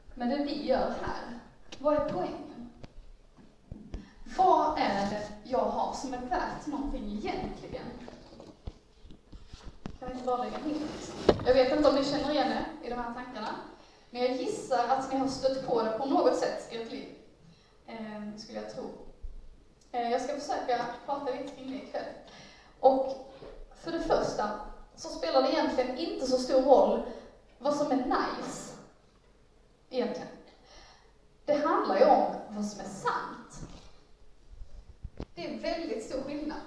med det vi gör här? Vad är poängen? Vad är det jag har som är värt någonting egentligen? Kan vi inte bara lägga in det? Jag vet inte om ni känner igen det i de här tankarna. Men jag gissar att ni har stött på det på något sätt i ert liv. Skulle jag tro. Jag ska försöka prata lite kring det ikväll. Och för det första så spelar det egentligen inte så stor roll vad som är nice. Egentligen. Det handlar ju om vad som är sant. Det är väldigt stor skillnad.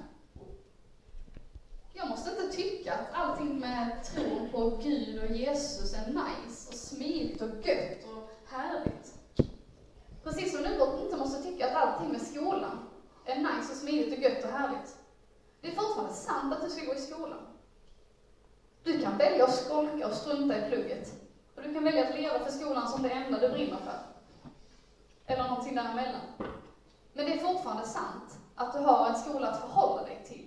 Jag måste inte tycka att allting med tron på Gud och Jesus är nice och smidigt och gött och härligt. Precis som du inte måste tycka att allting med skolan är nice och smidigt och gött och härligt. Det är fortfarande sant att du ska gå i skolan. Du kan välja att skolka och strunta i plugget. Och du kan välja att leva för skolan som det enda du brinner för. Eller någonting däremellan. Men det är fortfarande sant att du har en skola att förhålla dig till.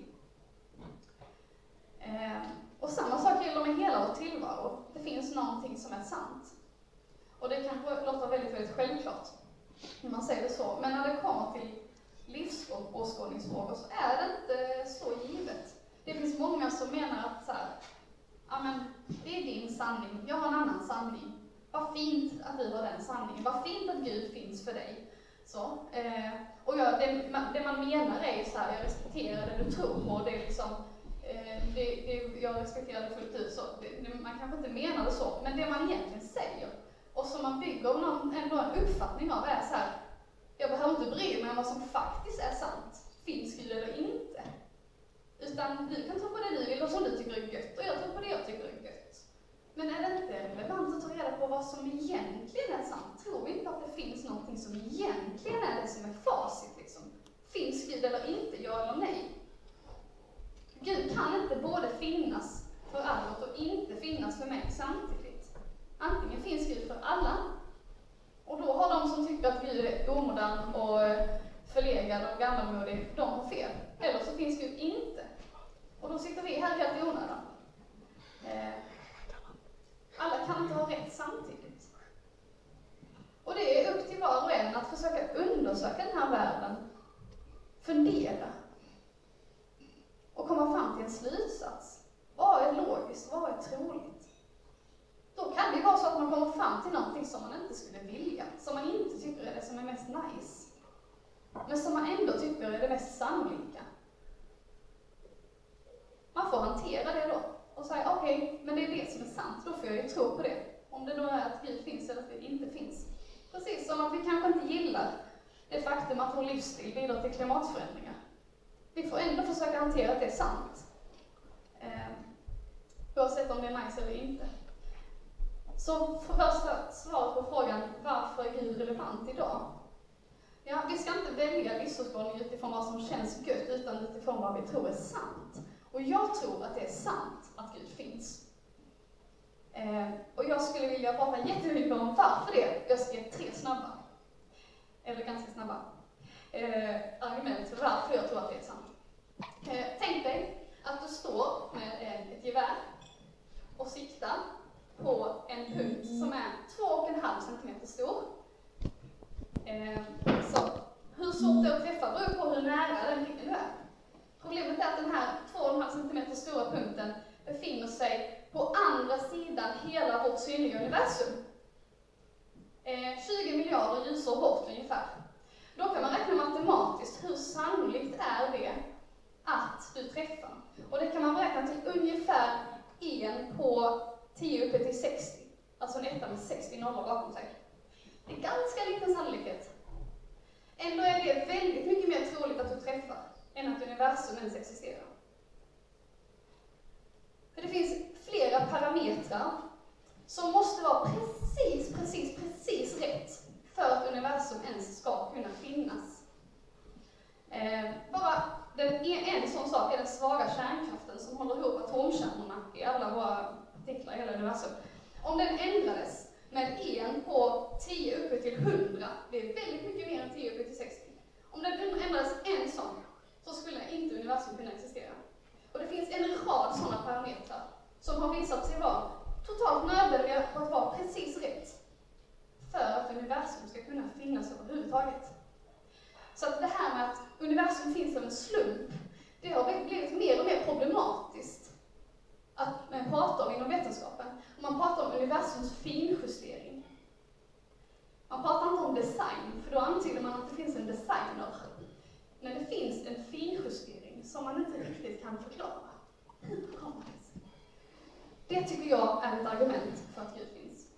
Och samma sak gäller med hela vår tillvaro. Det finns någonting som är sant. Och det kanske låter väldigt, väldigt självklart när man säger det så. Men när det kommer till livsåskådningsfrågor så är det inte så givet. Det finns många som menar att så här, ja men det är din sanning, jag har en annan sanning. Vad fint att du har den sanningen, vad fint att Gud finns för dig. Så, och det man menar är så här, jag respekterar det du tror på, det är liksom, jag respekterar det fullt ut, så man kanske inte menar det så, men det man egentligen säger, och som man bygger ändå en uppfattning av är så här, jag behöver inte bry mig om vad som faktiskt är sant, finns Gud eller inte. Utan du kan tro på det du vill och som du tycker är gött, och jag tror på det jag tycker är gött. Men är det inte relevant att ta reda på vad som egentligen är sant? Tror vi inte att det finns någonting som egentligen är det som är facit liksom? Finns Gud eller inte, ja eller nej? Gud kan inte både finnas för allt och inte finnas för mig samtidigt. Antingen finns Gud för alla, och då har de som tycker att Gud är omodern och förlegad och gammalmodig, de har fel. Eller så finns Gud inte. Och då sitter vi här helt i onödan. Alla kan inte ha rätt samtidigt. Och det är upp till var och en att försöka undersöka den här världen, fundera och komma fram till en slutsats. Vad är logiskt? Vad är troligt? Då kan det ju vara så att man kommer fram till någonting som man inte skulle vilja, som man inte tycker är det som är mest nice, men som man ändå tycker är det mest sannolika. Man får hantera det då och säga okej, men det är det som är sant, då får jag ju tro på det. Om det då är att Gud finns eller att det inte finns. Precis som att vi kanske inte gillar det faktum att vår livsstil bidrar till klimatförändringar. Vi får ändå försöka hantera att det är sant. Oavsett om det är nice eller inte. Så första svaret på frågan, varför är Gud relevant idag? Ja, vi ska inte välja livsåskådning utifrån vad som känns gött, utan utifrån vad vi tror är sant. Och jag tror att det är sant att Gud finns. Och jag skulle vilja prata jättemycket om varför det. Jag ska ge 3 snabba, eller ganska snabba, argument för varför jag tror att det är sant. Tänk dig att du står med ett gevär och siktar på en punkt som är 2,5 centimeter stor. Så hur svårt det är att träffa beror på hur nära den pinnen du är. Problemet är att den här 2,5 centimeter stora punkten befinner sig på andra sidan hela vårt synliga universum. 20 miljarder ljusår bort ungefär. Då kan man räkna matematiskt hur sannolikt är det att du träffar. Och det kan man räkna till ungefär 1 på 10 uppe till 60. Alltså en etta med 60 nollor bakom sig. Det är ganska liten sannolikhet. Ändå är det väldigt mycket mer troligt att du träffar än att universum ens existerar. För det finns flera parametrar som måste vara precis rätt för att universum ens ska kunna finnas. Bara en sån sak är den svaga kärnkraften som håller ihop atomkärnorna i alla våra partiklar i hela universum. Om den ändrades med 1 på 10 uppe till 100, det är väldigt mycket mer än 10 uppe till 60. Om den ändrades en sån, så skulle inte universum kunna existera. Och det finns en rad sådana parametrar som har visat sig vara totalt nödvändiga för att vara precis rätt för överhuvudtaget. Så att det här med att universum finns av en slump, det har blivit mer och mer problematiskt att prata om inom vetenskapen. Man pratar om universums finjustering. Man pratar inte om design, för då antyder man att det finns en designer. När det finns en finjustering som man inte riktigt kan förklara. Hur kommer det sig? Det tycker jag är ett argument för att Gud finns.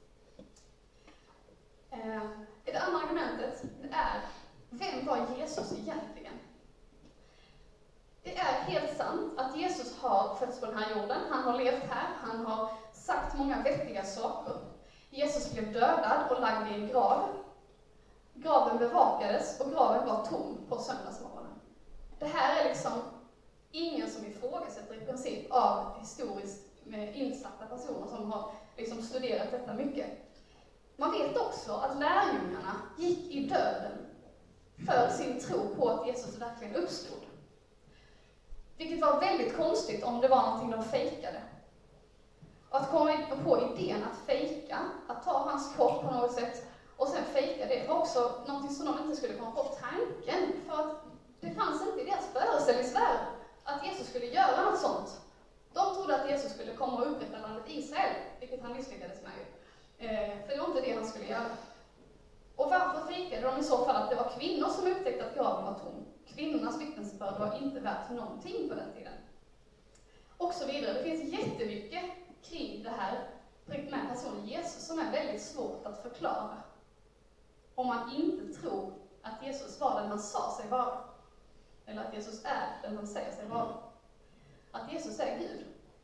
Det andra argumentet är, vem var Jesus egentligen? Det är helt sant att Jesus har fötts på den här jorden. Han har levt här, han har sagt många vettiga saker. Jesus blev dödad och lagd i en grav. Graven bevakades och graven var tom på söndagsmorgonen. Det här är liksom ingen som ifrågasätter i princip av historiskt insatta personer som har liksom studerat detta mycket. Man vet också att lärjungarna gick i döden för sin tro på att Jesus verkligen uppstod. Vilket var väldigt konstigt om det var någonting de fejkade. Och att komma på idén att fejka, att ta hans kropp på något sätt och sen fejka det, var också någonting som de inte skulle komma på tanken. För att det fanns inte i deras föreställningsvärld att Jesus skulle göra något sånt. De trodde att Jesus skulle komma och upprätta landet Israel, vilket han misslyckades med. För det var inte det han skulle göra. Och varför fejkade de i så fall att det var kvinnor som upptäckte att graven var tom? Kvinnornas vittnesbörd var inte värt någonting på den tiden. Och så vidare. Det finns jättemycket kring det här med personen Jesus som är väldigt svårt att förklara. Om man inte tror att Jesus var den han sa sig vara. Eller att Jesus är den han säger sig vara. Att Jesus är Gud.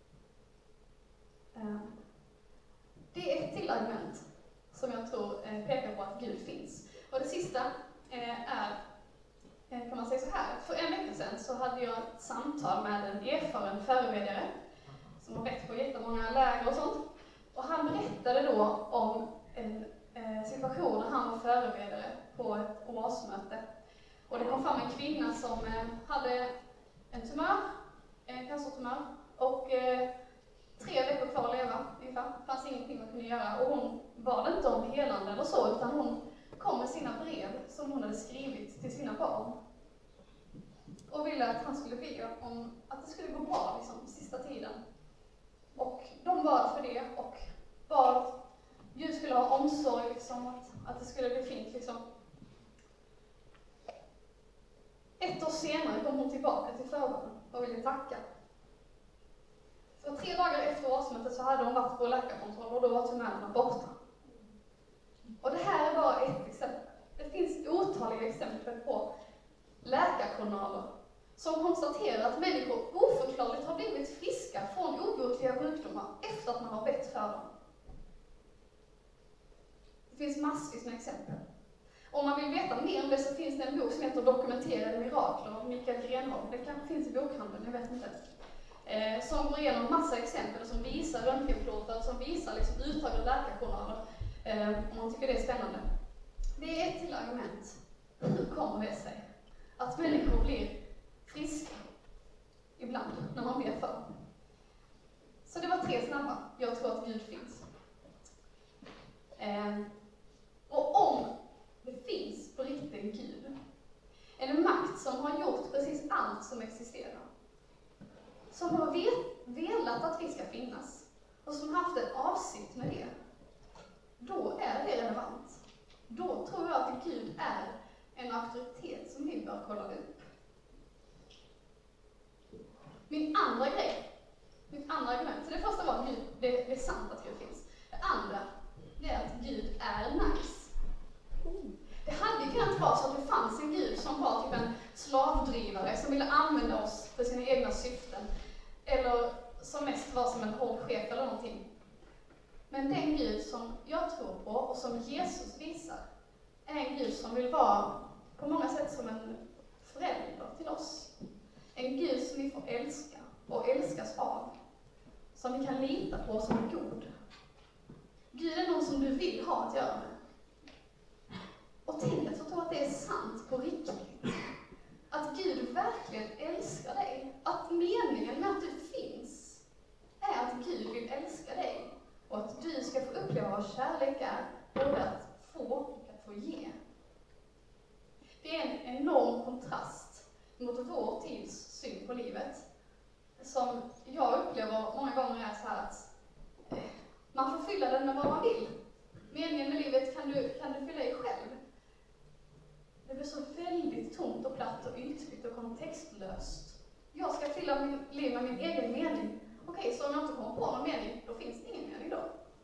Det är ett till argument som jag tror pekar på att Gud finns. Och det sista är, kan man säga så här, för en vecka sedan så hade jag ett samtal med en erfaren förebedjare som har bett på jättemånga läger och sånt. Och han berättade då om en situation när han var förebedjare på ett oasmöte. Och det kom fram en kvinna som hade en tumör, en cancertumör, och 3 veckor kvar att leva ungefär. Det fanns ingenting man kunde göra. Och hon bad inte om helande eller så, utan hon kom med sina brev som hon hade skrivit till sina barn. Och ville att han skulle be om att det skulle gå bra liksom, sista tiden. Och de bad för det och bad att Gud skulle ha omsorg, liksom, att det skulle bli fint. Liksom. 1 år senare kom hon tillbaka till förbönen och ville tacka. Så 3 dagar efter årsmötet så hade hon varit på läkarkontroll och då var tumörerna borta. Och det här är bara ett exempel. Det finns otaliga exempel på läkarjournaler som konstaterar att människor oförklarligt har blivit friska från obotliga sjukdomar efter att man har bett för dem. Det finns massvis med exempel. Om man vill veta mer om det så finns det en bok som heter Dokumenterade mirakler av Mikael Grenholm. Det kanske finns i bokhandeln, jag vet inte. Som går igenom massa exempel som visar röntgenplåtar, som visar liksom utdrag ur läkarjournaler. Om man tycker det är spännande. Det är ett till argument. Hur kommer det sig att människor blir friska ibland när man ber för dem? Så det var 3 snabba. Jag tror att Gud finns. Och om det finns på riktigt en Gud, en makt som har gjort precis allt som existerar, som har velat att vi ska finnas och som har haft en avsikt med det, då är det relevant. Då tror jag att Gud är en auktoritet som vi bör kolla upp. Mitt andra argument, så det första var att Gud, det är sant att Gud finns. Det andra, det är att Gud är nice. Det hade kunnat vara så att det fanns en Gud som var typ en slavdrivare som ville använda oss för sina egna syften. Eller som mest var som en hård chef eller någonting. Men den Gud som jag tror på och som Jesus visar är en Gud som vill vara på många sätt som en förälder till oss. En Gud som vi får älska och älskas av. Som vi kan lita på som är god. Gud är någon som du vill ha att göra med. Och tänk att få tro att det är sant på riktigt. Att Gud verkligen älskar dig. Att meningen med att du finns är att Gud vill älska dig. Och att du ska få uppleva vad kärlek är, både att få och att få ge. Det är en enorm kontrast mot vår tids syn på livet. Som jag upplever många gånger är så här att man får fylla den med vad man vill. Meningen med livet kan du fylla i själv. Det blir så väldigt tomt och platt och ytligt och kontextlöst. Jag ska fylla min liv med min egen mening. Okej, så om jag inte kommer på någon mening, då finns det ingen mening då.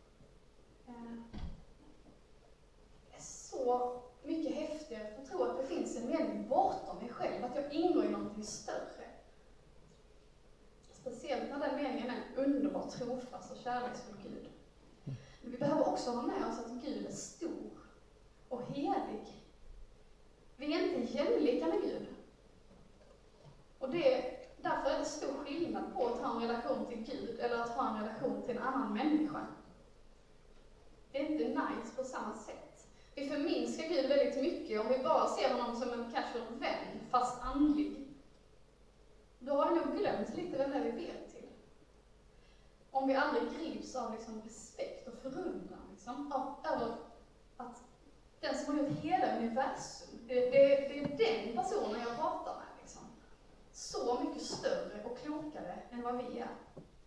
Det är så mycket häftigare att tro att det finns en mening bortom mig själv, att jag ingår i någonting större. Speciellt när den meningen är underbart trofast och kärleksfull Gud. Men vi behöver också ha med oss att Gud är stor och helig. Vi är inte jämlika med Gud. Och därför är det stor skillnad på att ha en relation till Gud eller att ha en relation till en annan människa. Det är inte nice på samma sätt. Vi förminskar Gud väldigt mycket om vi bara ser honom som en casual vän, fast andlig. Då har vi nog glömt lite vem det är vi ber till. Om vi aldrig grips av respekt och förundran över att den som har gjort hela universum, det är den personen jag pratar med. Så mycket större och klokare än vad vi är.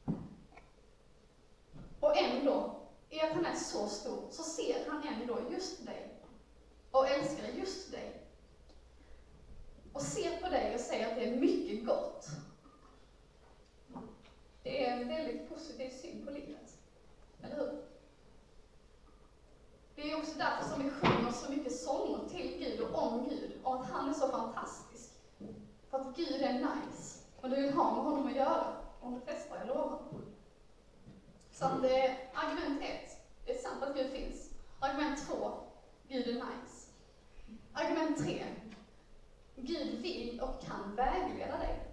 Och ändå, i att han är så stor, så ser han ändå just dig. Och älskar just dig. Och ser på dig och säger att det är mycket gott. Det är en väldigt positiv syn på livet. Eller hur? Det är också därför som vi sjunger så mycket sånger till Gud och om Gud. Och att han är så fantastisk. För att Gud är nice. Och du vill ha med honom att göra. Om det testar, jag lovar. Så att argument 1. Det är sant att Gud finns. Argument 2. Gud är nice. Argument 3. Gud vill och kan vägleda dig.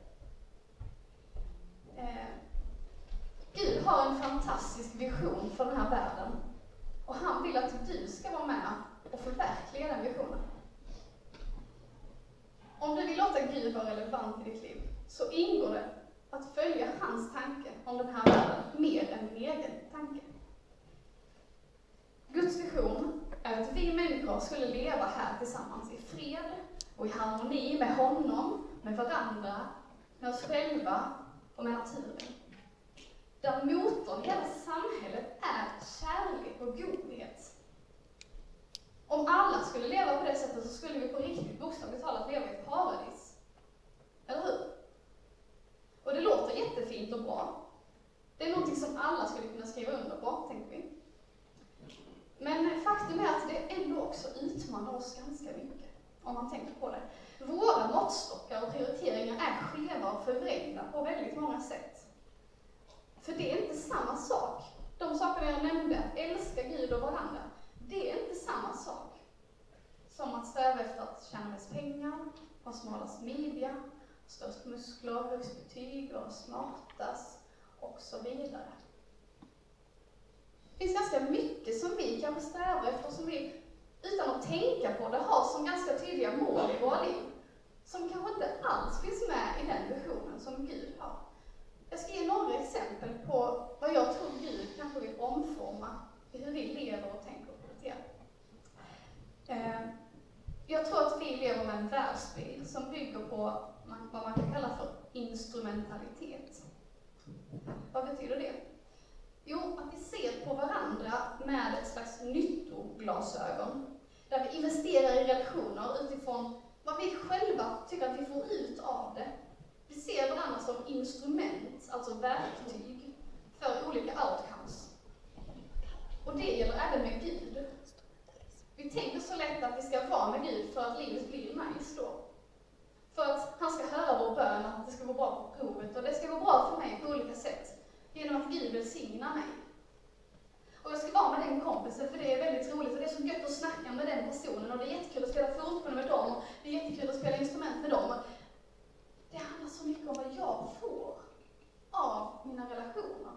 Gud har en fantastisk vision för den här världen. Och han vill att du ska vara med och förverkliga den visionen. Om du vill låta Gud vara relevant i ditt liv, så ingår det att följa hans tanke om den här världen mer än din egen tanke. Guds vision är att vi människor skulle leva här tillsammans i fred och i harmoni med honom, med varandra, med oss själva och med naturen. Där motorn i hela samhället är kärlek och godhet. Om alla skulle leva på det sättet så skulle vi på riktigt bokstavligt talat leva i ett paradis. Eller hur? Och det låter jättefint och bra. Det är någonting som alla skulle kunna skriva under på, tänker vi. Men faktum är att det ändå också utmanar oss ganska mycket, om man tänker på det. Våra måttstockar och prioriteringar är skeva och förvrängda på väldigt många sätt. För det är inte samma sak. De sakerna jag nämnde, älska Gud och varandra, det är inte samma sak som att sträva efter att tjäna mest pengar, ha smalast midja, störst muskler, högst betyg, vara smartast och så vidare. Det finns ganska mycket som vi kanske strävar efter, som vi utan att tänka på det har som ganska tydliga mål i våra liv, som kanske inte alls finns med i den visionen som Gud har. Jag ska ge några exempel på vad jag tror Gud kanske vill omforma i hur vi lever och tänker på det. Jag tror att vi lever med en världsbild som bygger på vad man kan kalla för instrumentalitet. Vad betyder det? Jo, att vi ser på varandra med ett slags nyttoglasögon. Där vi investerar i relationer utifrån vad vi själva tycker att vi får ut av det. Vi ser varandra som instrument, alltså verktyg, för olika outcomes. Och det gäller även med Gud. Vi tänker så lätt att vi ska vara med Gud för att livet blir nice då. För att han ska höra vår bön, att det ska gå bra på provet och det ska gå bra för mig på olika sätt. Genom att Gud välsignar mig. Och jag ska vara med den kompisen för det är väldigt roligt och det är så gött att snacka med den personen och det är jättekul att spela fotboll med dem och det är jättekul att spela instrument med dem. Det handlar så mycket om vad jag får av mina relationer.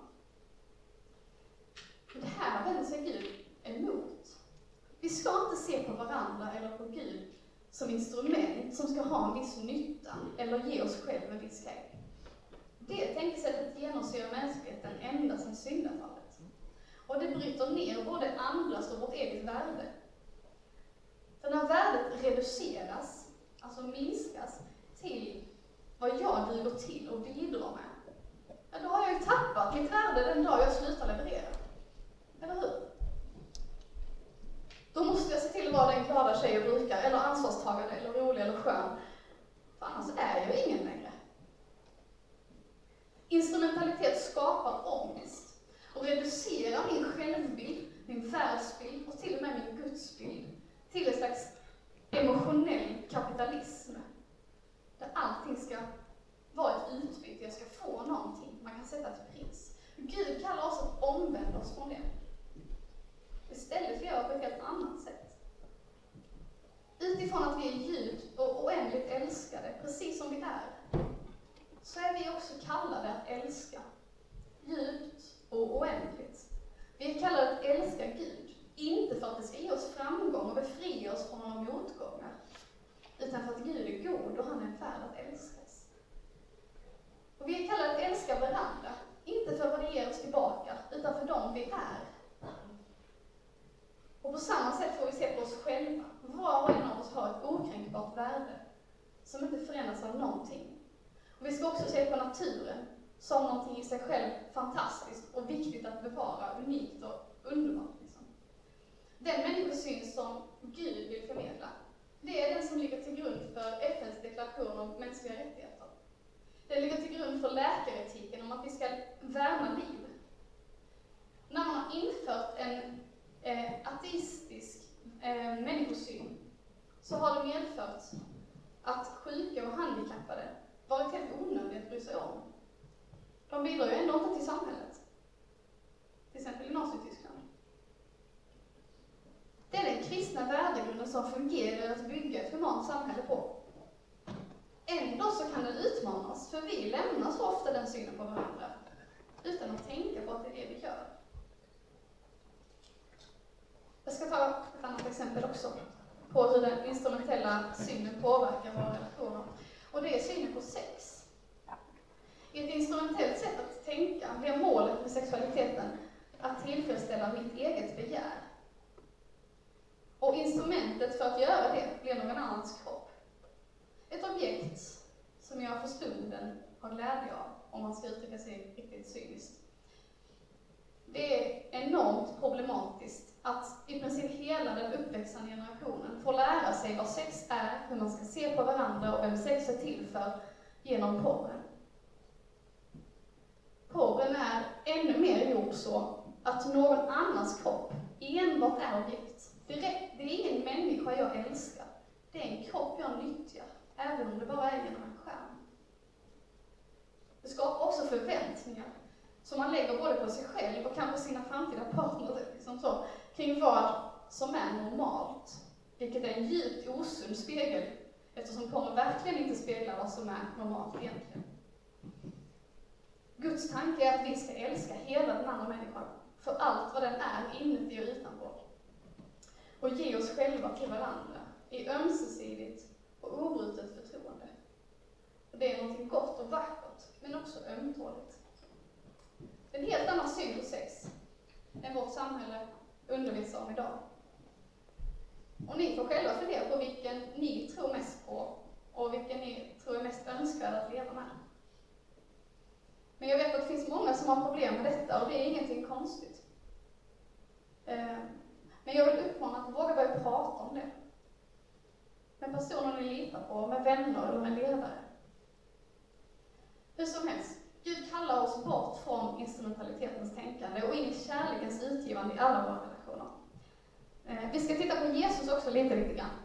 Och det här vänder sig Gud emot. Vi ska inte se på varandra eller på Gud som instrument som ska ha en viss nytta eller ge oss själv en viss grej. Det tänkesättet genomsyrar mänskligheten ända sedan syndafallet. Och det bryter ner både andras och vårt eget värde. För när värdet reduceras undergår till och bidrar med, ja, då har jag ju tappat mitt värde den dag jag slutar leverera. Eller hur? Då måste jag se till att vara den glada tjej jag brukar, eller ansvarstagande, eller rolig, eller skön. För annars är jag ingen längre. Instrumentalitet skapar ångest och reducerar min självbild, min världsbild och till och med min gudsbild till en slags emotionell kapitalism. Där allting ska vara ett utbyte, jag ska få någonting, man kan sätta ett pris. Gud kallar oss att omvända oss från det. Istället leva på ett helt annat sätt. Utifrån att vi är djupt och oändligt älskade, precis som vi är, så är vi också kallade att älska. Djupt och oändligt. Vi är kallade att älska Gud. Inte för att det ska ge oss framgång och befria oss från några motgångar. Utan för att Gud är god och han är värd att älskas. Och vi är kallade att älska varandra. Inte för vad det ger oss tillbaka, utan för dem vi är. Och på samma sätt får vi se på oss själva. Var och en av oss har ett okränkbart värde som inte förändras av någonting. Och vi ska också se på naturen som någonting i sig själv fantastiskt och viktigt att bevara, unikt och underbart. Liksom. Den människosyn som Gud vill förmedla, det är den som ligger till grund för FN:s deklaration om mänskliga rättigheter. Den ligger till grund för läkaretiken om att vi ska värna liv. När man har infört en ateistisk människosyn så har det medfört att sjuka och handikappade varit helt onödiga att bry sig om. De bidrar ju ändå inte till samhället. Till exempel i Nazityskland. Det är den kristna värdegrunden som fungerar att bygga ett humant samhälle på. Ändå så kan den utmanas, för vi lämnar så ofta den synen på varandra utan att tänka på att det är det vi gör. Jag ska ta ett annat exempel också på hur den instrumentella synen påverkar våra relationer. Och det är synen på sex. I ett instrumentellt sätt att tänka blir målet med sexualiteten att tillfredsställa mitt eget begär. Och instrumentet för att göra det blir någon annans kropp. Ett objekt som jag för stunden har glädje av, om man ska uttrycka sig riktigt cyniskt. Det är enormt problematiskt att i princip hela den uppväxande generationen får lära sig vad sex är, hur man ska se på varandra och vem sex är till för genom porren. Porren är ännu mer gjord så att någon annans kropp enbart är objekt. Det är ingen människa jag älskar. Det är en kropp jag nyttjar, även om det bara är genom en skärm. Det skapar också förväntningar som man lägger både på sig själv och kanske sina framtida partner liksom så, kring vad som är normalt. Vilket är en djupt osund spegel, eftersom porren verkligen inte speglar vad som är normalt egentligen. Guds tanke är att vi ska älska hela den andra människan, för allt vad den är inuti och utanpå. Och ge oss själva till varandra i ömsesidigt och obrutet förtroende. Och det är något gott och vackert, men också ömtåligt. En helt annan syn på sex än vårt samhälle undervisar om idag. Och ni får själva fundera på vilken ni tror mest på och vilken ni tror är mest önskvärd att leva med. Men jag vet att det finns många som har problem med detta och det är ingenting konstigt. Men jag vill uppmana att våga börja prata om det. Med personer ni litar på, med vänner eller med ledare. Hur som helst, Gud kallar oss bort från instrumentalitetens tänkande och in i kärlekens utgivande i alla våra relationer. Vi ska titta på Jesus också lite grann.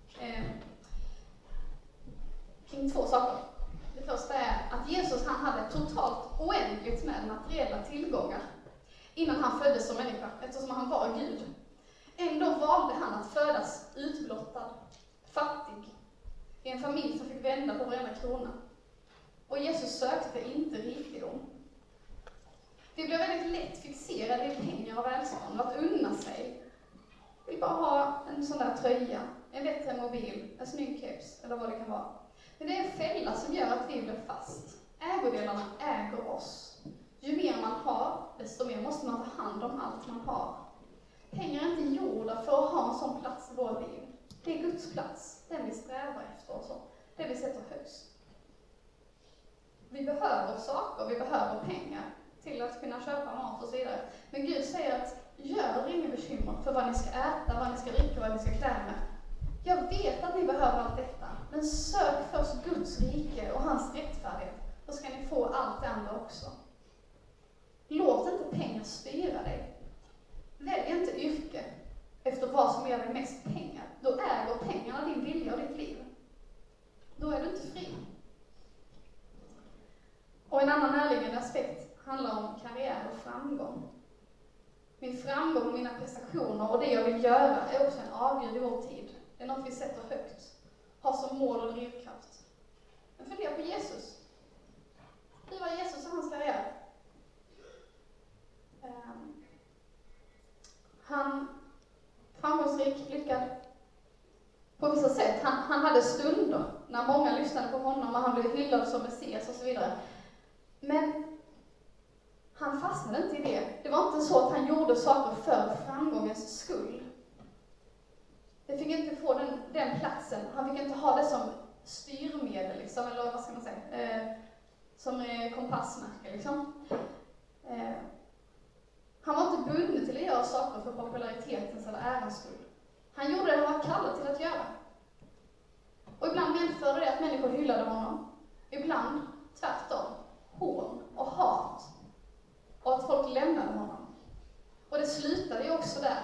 Kring två saker. Det första är att Jesus han hade totalt oändligt med materiella tillgångar innan han föddes som människa, eftersom han var Gud. Ändå valde han att födas utblottad, fattig, i en familj som fick vända på varenda krona. Och Jesus sökte inte rikedom. Vi blir väldigt lätt fixerade i pengar och välstånd och att unna sig. Vi bara ha en sån där tröja, en bättre mobil, en snygg keps eller vad det kan vara. Men det är en fälla som gör att vi blir fast. Ägodelarna äger oss. Ju mer man har, desto mer måste man ta hand om allt man har. Pengar är inte gjorda för att ha en sån plats i vår liv. Det är Guds plats, den vi strävar efter och så. Det vi sätter högst. Vi behöver saker, vi behöver pengar till att kunna köpa mat och så vidare. Men Gud säger att gör inga bekymmer för vad ni ska äta, vad ni ska dricka, vad ni ska klä med. Jag vet att ni behöver allt detta, men sök först Guds rike och hans rättfärdighet, då ska ni få allt det andra också. Låt inte pengar styra dig. Välj inte yrke efter vad som ger dig mest pengar. Då äger pengarna din vilja och ditt liv. Då är du inte fri. Och en annan närliggande aspekt handlar om karriär och framgång. Min framgång, mina prestationer och det jag vill göra är också en avgud i vår tid. Det är något vi sätter högt. Har som mål och drivkraft. Men fundera på Jesus. Hur var Jesus och hans karriär? Han framgångsrik, lyckad på vissa sätt. Han hade stunder när många lyssnade på honom och han blev hyllad som Messias och så vidare. Men han fastnade inte i det. Det var inte så att han gjorde saker för framgångens skull. Det fick inte få den platsen. Han fick inte ha det som styrmedel, liksom, eller vad ska man säga, som kompassmärke. Liksom. Han var inte bunden till att göra saker för popularitetens eller ärans skull. Han gjorde det han var kallad till att göra. Och ibland medförde det att människor hyllade honom. Ibland tvärtom, hån och hat. Och att folk lämnade honom. Och det slutade ju också där,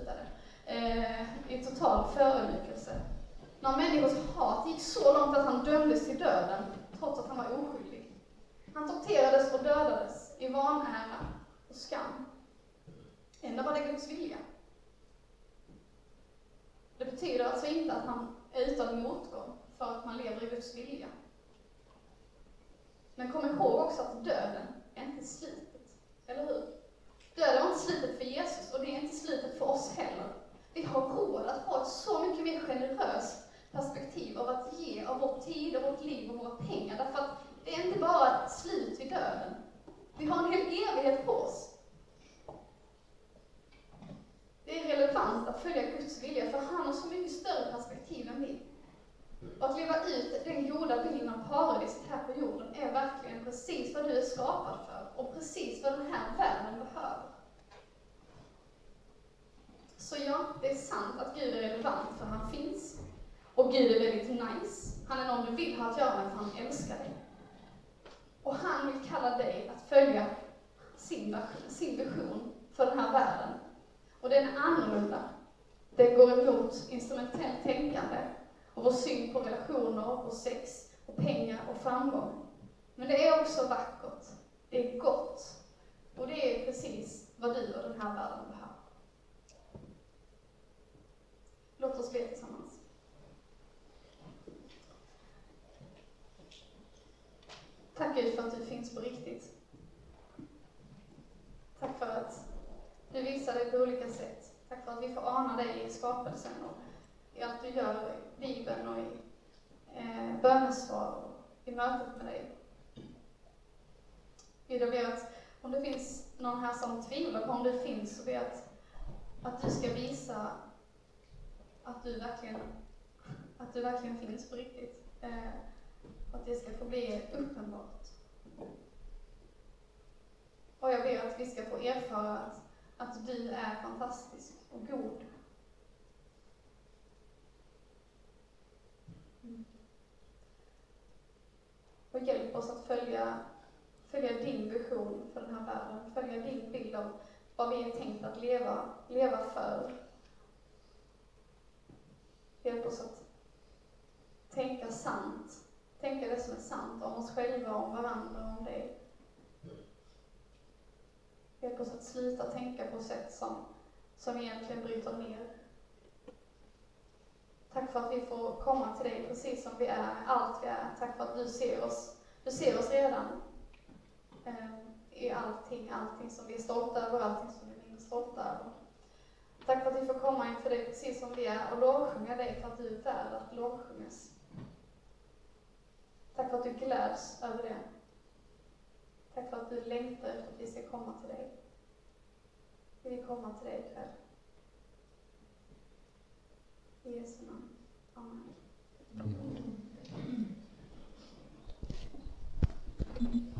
i total förödmjukelse. När människors hat gick så långt att han dömdes till döden, trots att han var oskyldig. Han torterades och dödades i vanära och skam. Ändå var det Guds vilja. Det betyder alltså inte att man är utan motgång för att man lever i Guds vilja. Men kom ihåg också att döden är inte slutet, eller hur? Döden var inte slutet för Jesus och det är inte slutet för oss heller. Vi har råd att ha ett så mycket mer generöst perspektiv av att ge av vår tid, av vårt liv och våra pengar. Därför att det är inte bara ett slut vid döden. Vi har en hel evighet på oss. Det är relevant att följa Guds vilja, för han har så mycket större perspektiv än vi. Och att leva ut den goda bilden av paradiset här på jorden är verkligen precis vad du är skapad för och precis vad den här världen behöver. Så ja, det är sant att Gud är relevant, för han finns. Och Gud är väldigt nice. Han är någon du vill ha att göra med, för han älskar dig. Och han vill kalla dig att följa sin vision för den här världen. Och den är annorlunda. Den går emot instrumentellt tänkande och vår syn på relationer och sex och pengar och framgång. Men det är också vackert. Det är gott. Och det är precis vad du och den här världen behöver. Låt oss be tillsammans. Tack Gud för att du finns på riktigt. Tack för att du visar dig på olika sätt. Tack för att vi får ana dig i skapelsen och i allt du gör i Bibeln och i bönesvar och i mötet med dig. Gud, jag ber att om det finns någon här som tvivlar på om du finns, så ber jag att du ska visa att du verkligen finns på riktigt. Att det ska få bli uppenbart. Och jag ber att vi ska få erfara att du är fantastisk och god. Och hjälp oss att följa din vision för den här världen. Följa din bild av vad vi är tänkt att leva för. Hjälp oss att tänka sant. Tänka det som är sant om oss själva, om varandra, om dig. Hjälp oss att sluta tänka på sätt som egentligen bryter ner. Tack för att vi får komma till dig precis som vi är, allt vi är. Tack för att du ser oss. Du ser oss redan i allting som vi är stolta över, allting som vi är mindre stolta över. Tack för att vi får komma inför dig precis som vi är och lovsjunga dig för att du är värd att lovsjungas. Tack för att du gläds över det. Tack för att du längtar efter att vi ska komma till dig. Vi vill komma till dig ikväll. I Jesu namn. Amen. det.